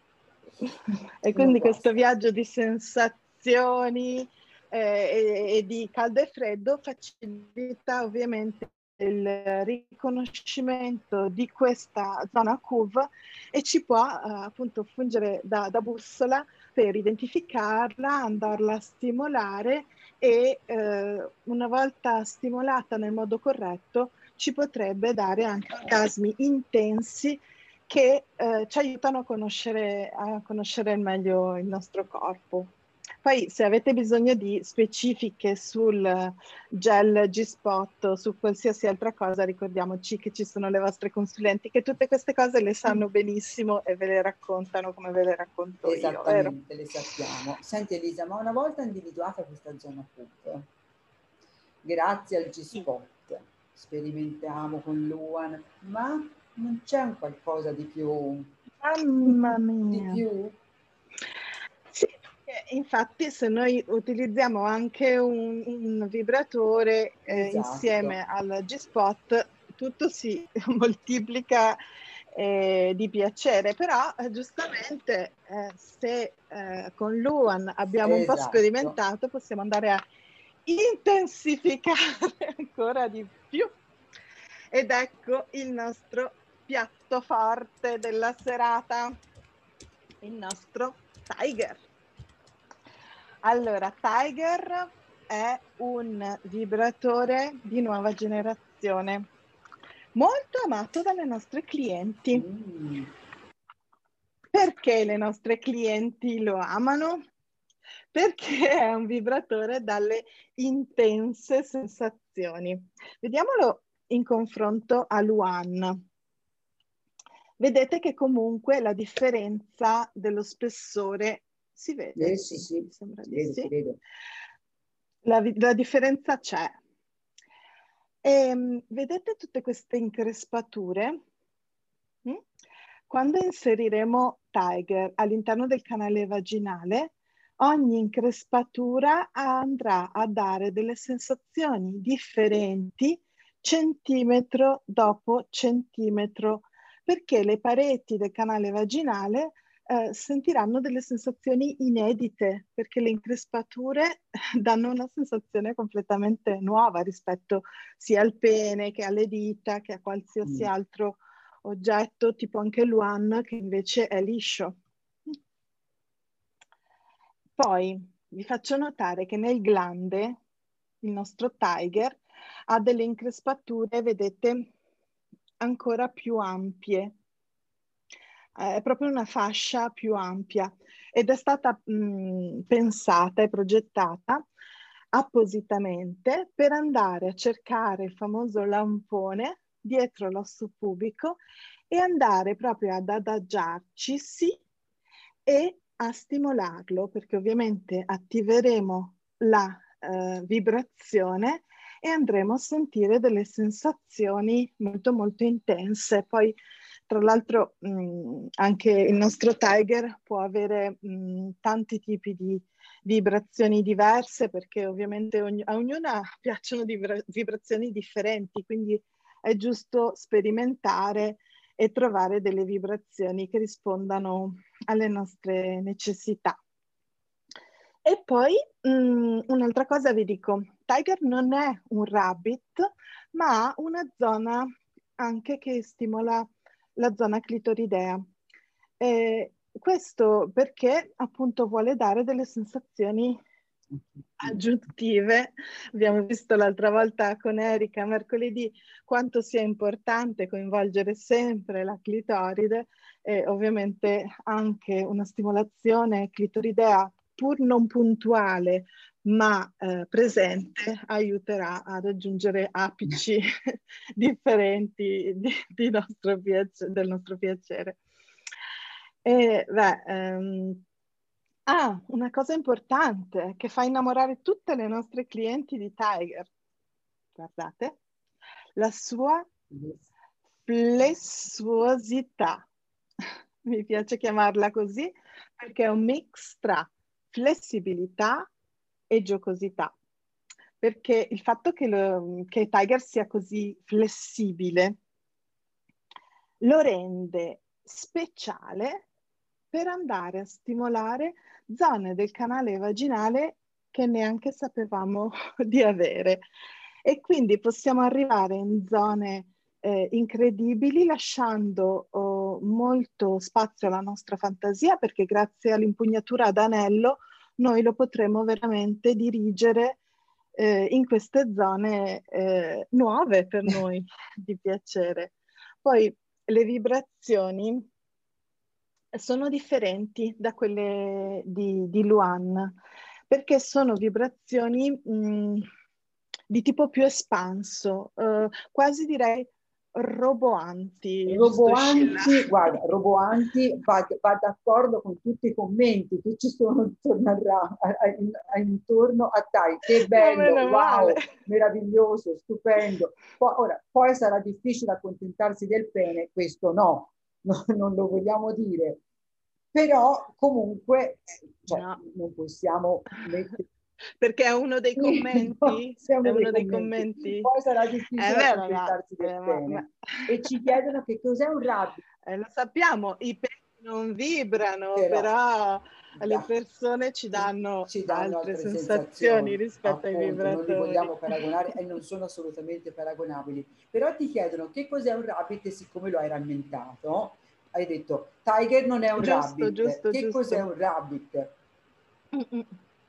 E quindi questo viaggio di sensazioni eh, e, e di caldo e freddo facilita ovviamente il riconoscimento di questa zona C U V e ci può eh, appunto fungere da, da bussola per identificarla, andarla a stimolare e eh, una volta stimolata nel modo corretto ci potrebbe dare anche orgasmi intensi che eh, ci aiutano a conoscere, a conoscere meglio il nostro corpo. Poi se avete bisogno di specifiche sul gel G-Spot o su qualsiasi altra cosa, ricordiamoci che ci sono le vostre consulenti che tutte queste cose le sanno benissimo e ve le raccontano come ve le racconto io, vero? Esattamente, le sappiamo. Senti Elisa, ma una volta individuata questa zona C U V, grazie al G-Spot, sperimentiamo con l'U A N, ma non c'è un qualcosa di più? Mamma mia! Di più? Sì, infatti se noi utilizziamo anche un, un vibratore eh, Esatto. insieme al G-Spot, tutto si moltiplica eh, di piacere, però eh, giustamente eh, se eh, con l'U A N abbiamo un po' Esatto. sperimentato, possiamo andare a intensificare ancora di più. Ed ecco il nostro piatto forte della serata, il nostro Tiger. Allora, Tiger è un vibratore di nuova generazione, molto amato dalle nostre clienti. Mm. Perché le nostre clienti lo amano? Perché è un vibratore dalle intense sensazioni. Vediamolo in confronto all'U A N. Vedete che comunque la differenza dello spessore si vede? Eh, sì, sì, mi sembra si di vede, sì. si vede. La, la differenza c'è. E, vedete tutte queste increspature? Mm? Quando inseriremo Tiger all'interno del canale vaginale, ogni increspatura andrà a dare delle sensazioni differenti centimetro dopo centimetro, perché le pareti del canale vaginale eh, sentiranno delle sensazioni inedite, perché le increspature danno una sensazione completamente nuova rispetto sia al pene che alle dita che a qualsiasi Mm. altro oggetto, tipo anche l'U A N, che invece è liscio. Poi vi faccio notare che nel glande il nostro Tiger ha delle increspature, vedete, ancora più ampie. è proprio una fascia più ampia ed è stata mh, pensata e progettata appositamente per andare a cercare il famoso lampone dietro l'osso pubico e andare proprio ad adagiarci sì, e a stimolarlo, perché ovviamente attiveremo la eh, vibrazione e andremo a sentire delle sensazioni molto molto intense. Poi tra l'altro anche il nostro Tiger può avere mh, tanti tipi di vibrazioni diverse, perché ovviamente ogni, a ognuna piacciono vibrazioni differenti, quindi è giusto sperimentare e trovare delle vibrazioni che rispondano alle nostre necessità. E poi mh, un'altra cosa vi dico, Tiger non è un rabbit, ma ha una zona anche che stimola la zona clitoridea. Eh, questo perché appunto vuole dare delle sensazioni aggiuntive. Abbiamo visto l'altra volta con Erika mercoledì quanto sia importante coinvolgere sempre la clitoride e ovviamente anche una stimolazione clitoridea pur non puntuale ma eh, presente aiuterà a raggiungere apici differenti di, di nostro piace, del nostro piacere. E, beh, ehm, ah, una cosa importante che fa innamorare tutte le nostre clienti di Tiger. Guardate, la sua flessuosità. Mi piace chiamarla così perché è un mix tra flessibilità e giocosità. Perché il fatto che, lo, che Tiger sia così flessibile lo rende speciale per andare a stimolare zone del canale vaginale che neanche sapevamo di avere. E quindi possiamo arrivare in zone eh, incredibili lasciando oh, molto spazio alla nostra fantasia, perché grazie all'impugnatura ad anello noi lo potremo veramente dirigere eh, in queste zone eh, nuove per noi di piacere. Poi le vibrazioni sono differenti da quelle di, di Luan, perché sono vibrazioni mh, di tipo più espanso, eh, quasi direi roboanti. Roboanti, guarda, roboanti va, va d'accordo con tutti i commenti che ci sono intorno, a, a, a, intorno a Tai. Che bello, wow, male. Meraviglioso, stupendo. Poi, ora, poi sarà difficile accontentarsi del pene, questo no, no non lo vogliamo dire. Però comunque cioè, no. non possiamo mettere... Perché è uno dei commenti? Sì, no, è uno, è dei, uno dei commenti. commenti. Poi sarà difficile vero, accontentarsi ma, del eh, pene. Ma... E ci chiedono che cos'è un rabbit. Eh, lo sappiamo, i peni non vibrano, però, però le persone ci danno, ci danno altre, altre sensazioni, sensazioni rispetto appunto, ai vibratori. non li vogliamo paragonare e non sono assolutamente paragonabili. Però ti chiedono che cos'è un rabbit e siccome lo hai rammentato, hai detto Tiger non è un giusto, rabbit. giusto, che giusto. cos'è un rabbit? Mm-mm.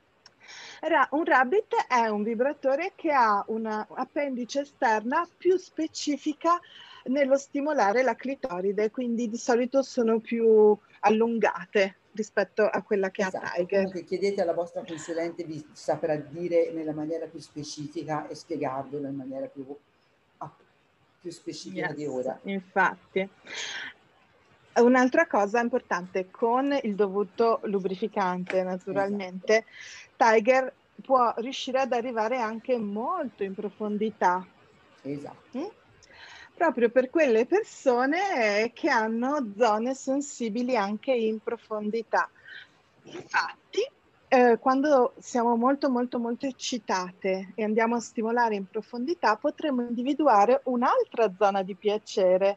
Un rabbit è un vibratore che ha una appendice esterna più specifica nello stimolare la clitoride, quindi di solito sono più allungate rispetto a quella che esatto. ha Tiger. Comunque chiedete alla vostra consulente, vi saprà dire nella maniera più specifica e spiegarvelo in maniera più, più specifica yes, di ora. Infatti. Un'altra cosa importante, con il dovuto lubrificante naturalmente, esatto. Tiger può riuscire ad arrivare anche molto in profondità. Esatto. Mm? Proprio per quelle persone che hanno zone sensibili anche in profondità. Infatti, eh, quando siamo molto molto molto eccitate e andiamo a stimolare in profondità, potremo individuare un'altra zona di piacere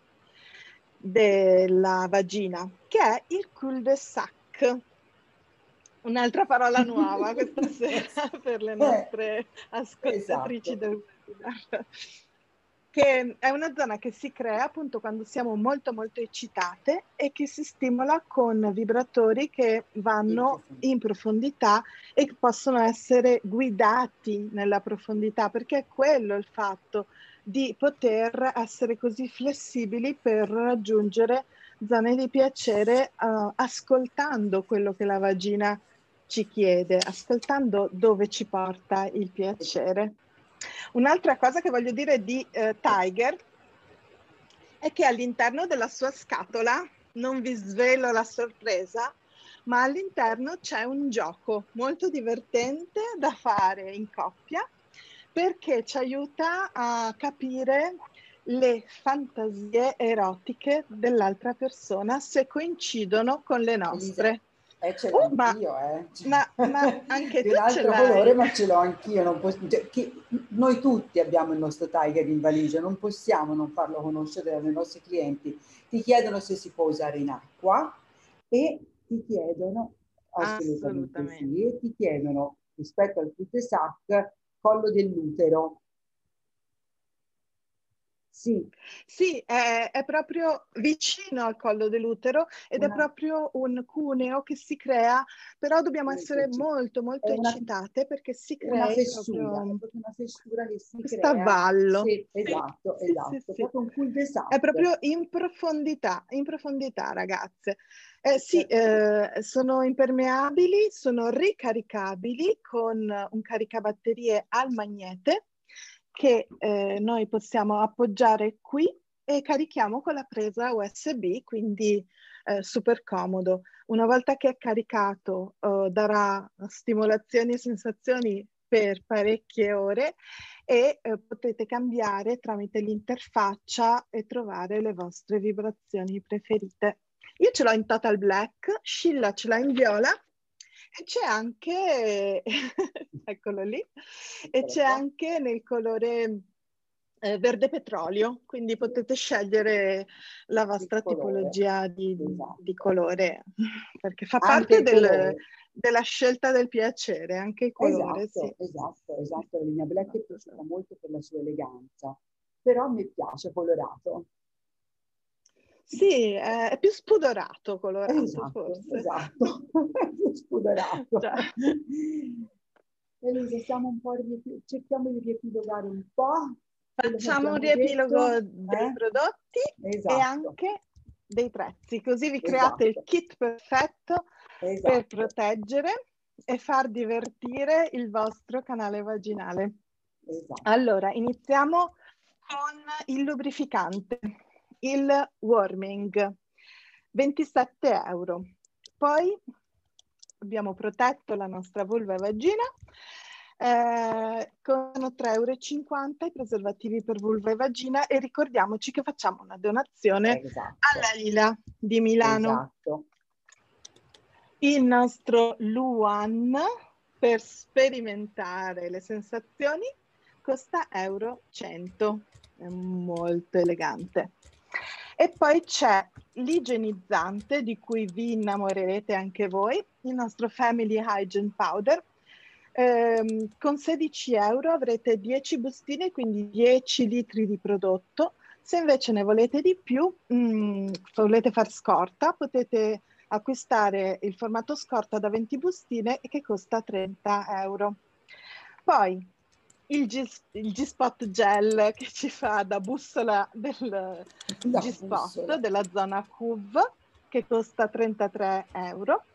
della vagina, che è il cul-de-sac. Un'altra parola nuova questa sera per le nostre ascoltatrici esatto. del webinar. Che è una zona che si crea appunto quando siamo molto molto eccitate e che si stimola con vibratori che vanno in profondità e che possono essere guidati nella profondità, perché è quello il fatto di poter essere così flessibili per raggiungere zone di piacere uh, ascoltando quello che la vagina ci chiede, ascoltando dove ci porta il piacere. Un'altra cosa che voglio dire di uh, Tiger è che all'interno della sua scatola, non vi svelo la sorpresa, ma all'interno c'è un gioco molto divertente da fare in coppia, perché ci aiuta a capire le fantasie erotiche dell'altra persona se coincidono con le nostre. Elisa, eh, ce l'ho uh, anch'io, ma, eh. ma, ma anche di tu un altro ce colore, l'hai. ma ce l'ho anch'io. Non posso, cioè, chi, noi tutti abbiamo il nostro Tiger in valigia, non possiamo non farlo conoscere ai nostri clienti. Ti chiedono se si può usare in acqua e ti chiedono, assolutamente, assolutamente. Sì, e ti chiedono rispetto al cul-de-sac collo dell'utero. Sì, sì è, è proprio vicino al collo dell'utero ed una, è proprio un cuneo che si crea, però dobbiamo molto essere molto molto una, eccitate perché si crea una fessura, proprio, è proprio una fessura che si questo crea. avallo. Sì, esatto, sì, esatto, sì, sì, sì. proprio un cul-de-sac. È proprio in profondità, in profondità, ragazze. Eh, sì, eh, sono impermeabili, sono ricaricabili con un caricabatterie al magnete che eh, noi possiamo appoggiare qui e carichiamo con la presa U S B, quindi eh, super comodo. Una volta che è caricato eh, darà stimolazioni e sensazioni per parecchie ore e eh, potete cambiare tramite l'interfaccia e trovare le vostre vibrazioni preferite. Io ce l'ho in total black, Scilla ce l'ha in viola e c'è anche, eccolo lì, e c'è anche nel colore eh, verde petrolio, quindi potete scegliere la vostra tipologia di, esatto. di colore, perché fa Anche parte del, della scelta del piacere, anche il colore. Esatto, sì. esatto, esatto. La linea black è piaciuta molto per la sua eleganza, però mi piace colorato. Sì, è, è più spudorato colorato, esatto, forse. Esatto, più spudorato. Cioè. Elisa, stiamo un po' cerchiamo di riepilogare un po'. Facciamo un riepilogo detto, dei eh? prodotti esatto. e anche dei prezzi, così vi create esatto. il kit perfetto esatto. per proteggere e far divertire il vostro canale vaginale. Esatto. Allora, iniziamo con il lubrificante, il Warming, ventisette euro. Poi abbiamo protetto la nostra vulva e vagina eh, con tre euro e cinquanta i preservativi per vulva e vagina e ricordiamoci che facciamo una donazione esatto. alla Lila di Milano. Esatto. Il nostro Luan per sperimentare le sensazioni costa euro cento, è molto elegante. E poi c'è l'igienizzante di cui vi innamorerete anche voi, il nostro Family Hygiene Powder. Eh, con sedici euro avrete dieci bustine, quindi dieci litri di prodotto. Se invece ne volete di più, mh, volete far scorta, potete acquistare il formato scorta da venti bustine che costa trenta euro. Poi il G-Spot Gel che ci fa da bussola del G-Spot della zona C U V che costa trentatré euro.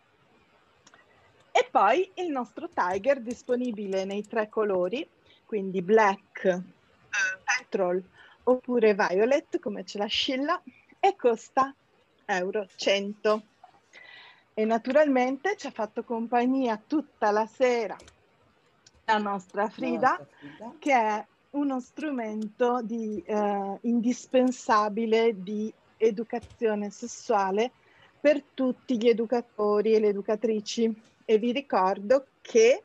E poi il nostro Tiger disponibile nei tre colori, quindi black, eh, petrol oppure violet come ce la Scilla e costa euro cento. E naturalmente ci ha fatto compagnia tutta la sera la nostra Frida, nostra Frida. che è uno strumento di, eh, indispensabile di educazione sessuale per tutti gli educatori e le educatrici. E vi ricordo che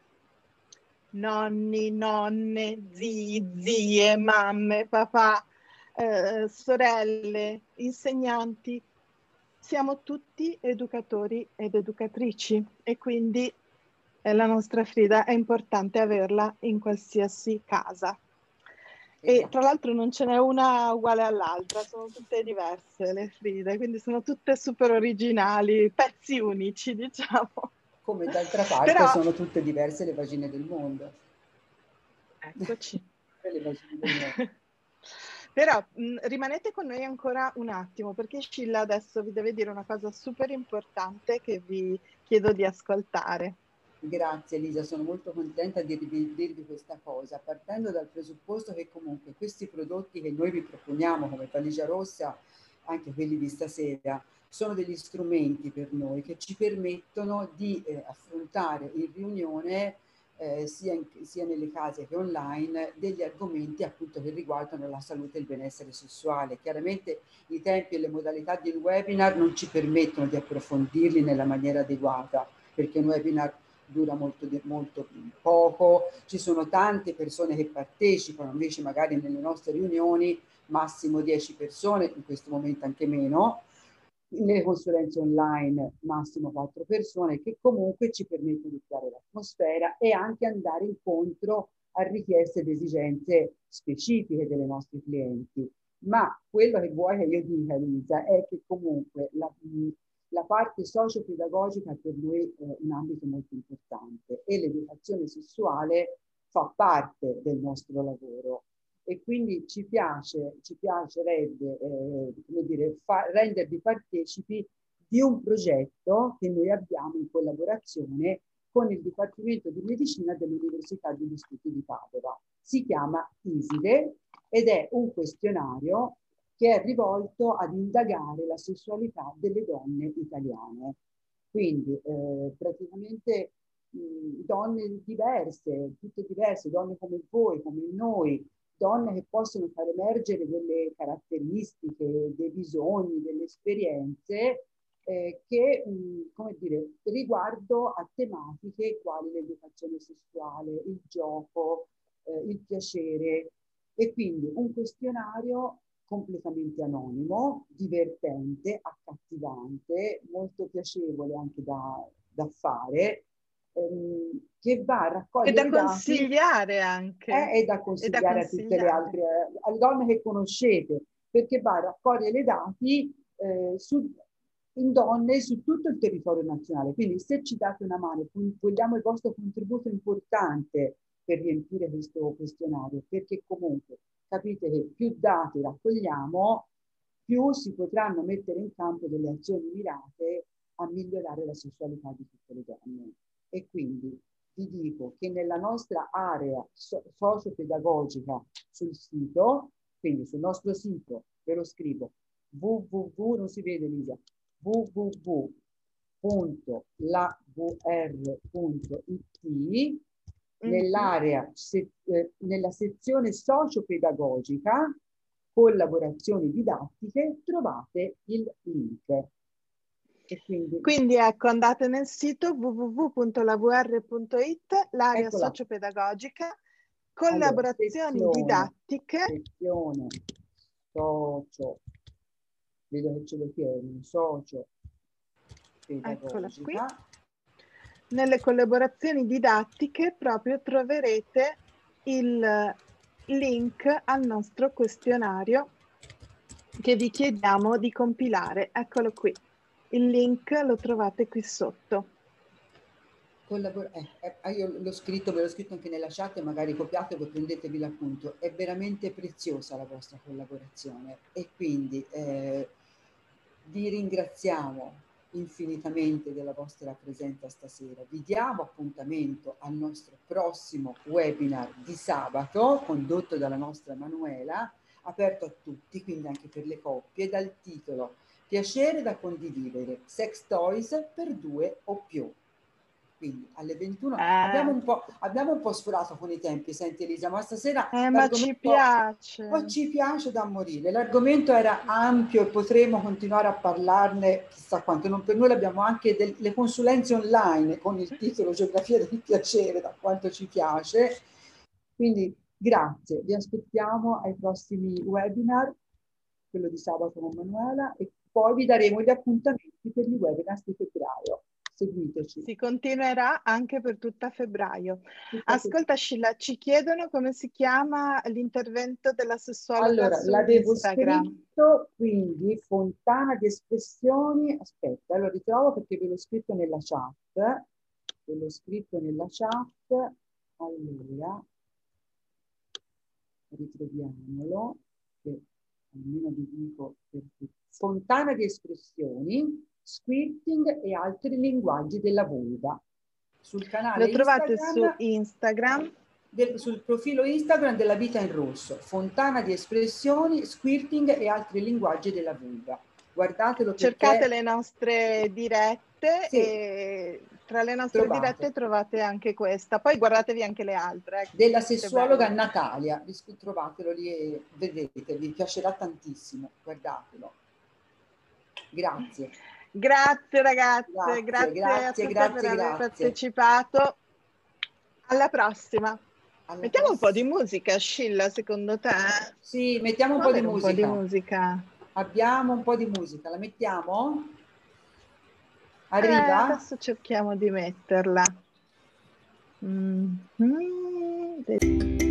nonni, nonne, zii, zie, mamme, papà, eh, sorelle, insegnanti, siamo tutti educatori ed educatrici e quindi eh, la nostra Frida è importante averla in qualsiasi casa. E tra l'altro non ce n'è una uguale all'altra, sono tutte diverse le Fride, quindi sono tutte super originali, pezzi unici, diciamo. Come d'altra parte Però, sono tutte diverse le vagine del mondo. Eccoci. le vagine del mondo. Però mh, rimanete con noi ancora un attimo, perché Scilla adesso vi deve dire una cosa super importante che vi chiedo di ascoltare. Grazie Elisa, sono molto contenta di dirvi, dirvi questa cosa, partendo dal presupposto che comunque questi prodotti che noi vi proponiamo come Valigia Rossa, anche quelli di stasera, sono degli strumenti per noi che ci permettono di eh, affrontare in riunione eh, sia, in, sia nelle case che online degli argomenti appunto che riguardano la salute e il benessere sessuale. Chiaramente i tempi e le modalità di un webinar non ci permettono di approfondirli nella maniera adeguata, perché un webinar dura molto, molto poco, ci sono tante persone che partecipano, invece magari nelle nostre riunioni massimo dieci persone, in questo momento anche meno, nelle consulenze online massimo quattro persone, che comunque ci permettono di creare l'atmosfera e anche andare incontro a richieste ed esigenze specifiche delle nostre clienti. Ma quello che vuoi che io dica, Lisa, è che comunque la, la parte socio-pedagogica è per noi eh, un ambito molto importante e l'educazione sessuale fa parte del nostro lavoro. E quindi ci piace, ci piacerebbe eh, come dire, fa, rendervi partecipi di un progetto che noi abbiamo in collaborazione con il Dipartimento di Medicina dell'Università degli Studi di Padova. Si chiama ISIDE ed è un questionario che è rivolto ad indagare la sessualità delle donne italiane. Quindi eh, praticamente mh, donne diverse, tutte diverse, donne come voi, come noi, donne che possono far emergere delle caratteristiche, dei bisogni, delle esperienze eh, che, mh, come dire, riguardo a tematiche quali l'educazione sessuale, il gioco, eh, il piacere, e quindi un questionario completamente anonimo, divertente, accattivante, molto piacevole anche da, da fare, ehm, che va a E raccogliere da i dati consigliare anche. eh, e da E da consigliare a tutte le consigliare. altre, eh, alle donne che conoscete, perché va a raccogliere i dati eh, su, in donne su tutto il territorio nazionale. Quindi se ci date una mano, vogliamo il vostro contributo importante per riempire questo questionario, perché comunque capite che più dati raccogliamo, più si potranno mettere in campo delle azioni mirate a migliorare la sessualità di tutte le donne. E quindi vi dico che nella nostra area so socio-pedagogica sul sito, quindi sul nostro sito, ve lo scrivo, www, non si vede Elisa, www punto la v r punto i t, nell'area, se, eh, nella sezione socio-pedagogica, collaborazioni didattiche, trovate il link. E quindi, quindi ecco, andate nel sito www punto la v r punto i t, l'area eccola. sociopedagogica, Allora, collaborazioni sezione, didattiche. sezione socio, vedo che ce lo chiedono, socio Eccola qui. pedagogica. Nelle collaborazioni didattiche proprio troverete il link al nostro questionario che vi chiediamo di compilare. Eccolo qui. Il link lo trovate qui sotto. Collabor eh, eh, io l'ho scritto, ve l'ho scritto anche nella chat, magari copiatelo, prendetevi l'appunto. È veramente preziosa la vostra collaborazione e quindi eh, vi ringraziamo infinitamente della vostra presenza stasera. Vi diamo appuntamento al nostro prossimo webinar di sabato, condotto dalla nostra Manuela, aperto a tutti, quindi anche per le coppie, dal titolo Piacere da condividere, sex toys per due o più. Quindi alle ventuno Eh, abbiamo un po', abbiamo un po' sforato con i tempi, senti Elisa, ma stasera eh, ma ci piace. ma ci piace da morire. L'argomento era ampio e potremo continuare a parlarne chissà quanto. Non per noi abbiamo anche delle consulenze online con il titolo Geografia del piacere, da quanto ci piace. Quindi grazie, vi aspettiamo ai prossimi webinar, quello di sabato con Manuela, e poi vi daremo gli appuntamenti per gli webinar di febbraio. Seguiteci. Si continuerà anche per tutta febbraio. Ascolta Scilla, ci chiedono come si chiama l'intervento della sessuologa Allora, su l'avevo Instagram. scritto, quindi fontana di espressioni. Aspetta, lo ritrovo perché ve l'ho scritto nella chat. Ve l'ho scritto nella chat. Allora, ritroviamolo. che almeno vi dico perché. Fontana di espressioni, squirting e altri linguaggi della vulva. Sul canale Lo trovate Instagram, su Instagram. del, sul profilo Instagram della Vita in Rosso. Fontana di espressioni, squirting e altri linguaggi della vulva. Guardatelo perché... Cercate le nostre dirette, sì, e tra le nostre trovate. dirette trovate anche questa. Poi guardatevi anche le altre. Eh. Della sessuologa Natalia, trovatelo lì e vedete, vi piacerà tantissimo, guardatelo. Grazie. Grazie ragazze, Grazie, grazie, grazie, a tutte grazie, per aver grazie. partecipato. Alla prossima. Alla Mettiamo un po' di prossima. musica, Scilla, secondo te? Sì, mettiamo un po' di un musica. po' di musica. Abbiamo un po' di musica, la mettiamo? Eh, Arriva? adesso cerchiamo di metterla. Mm-hmm.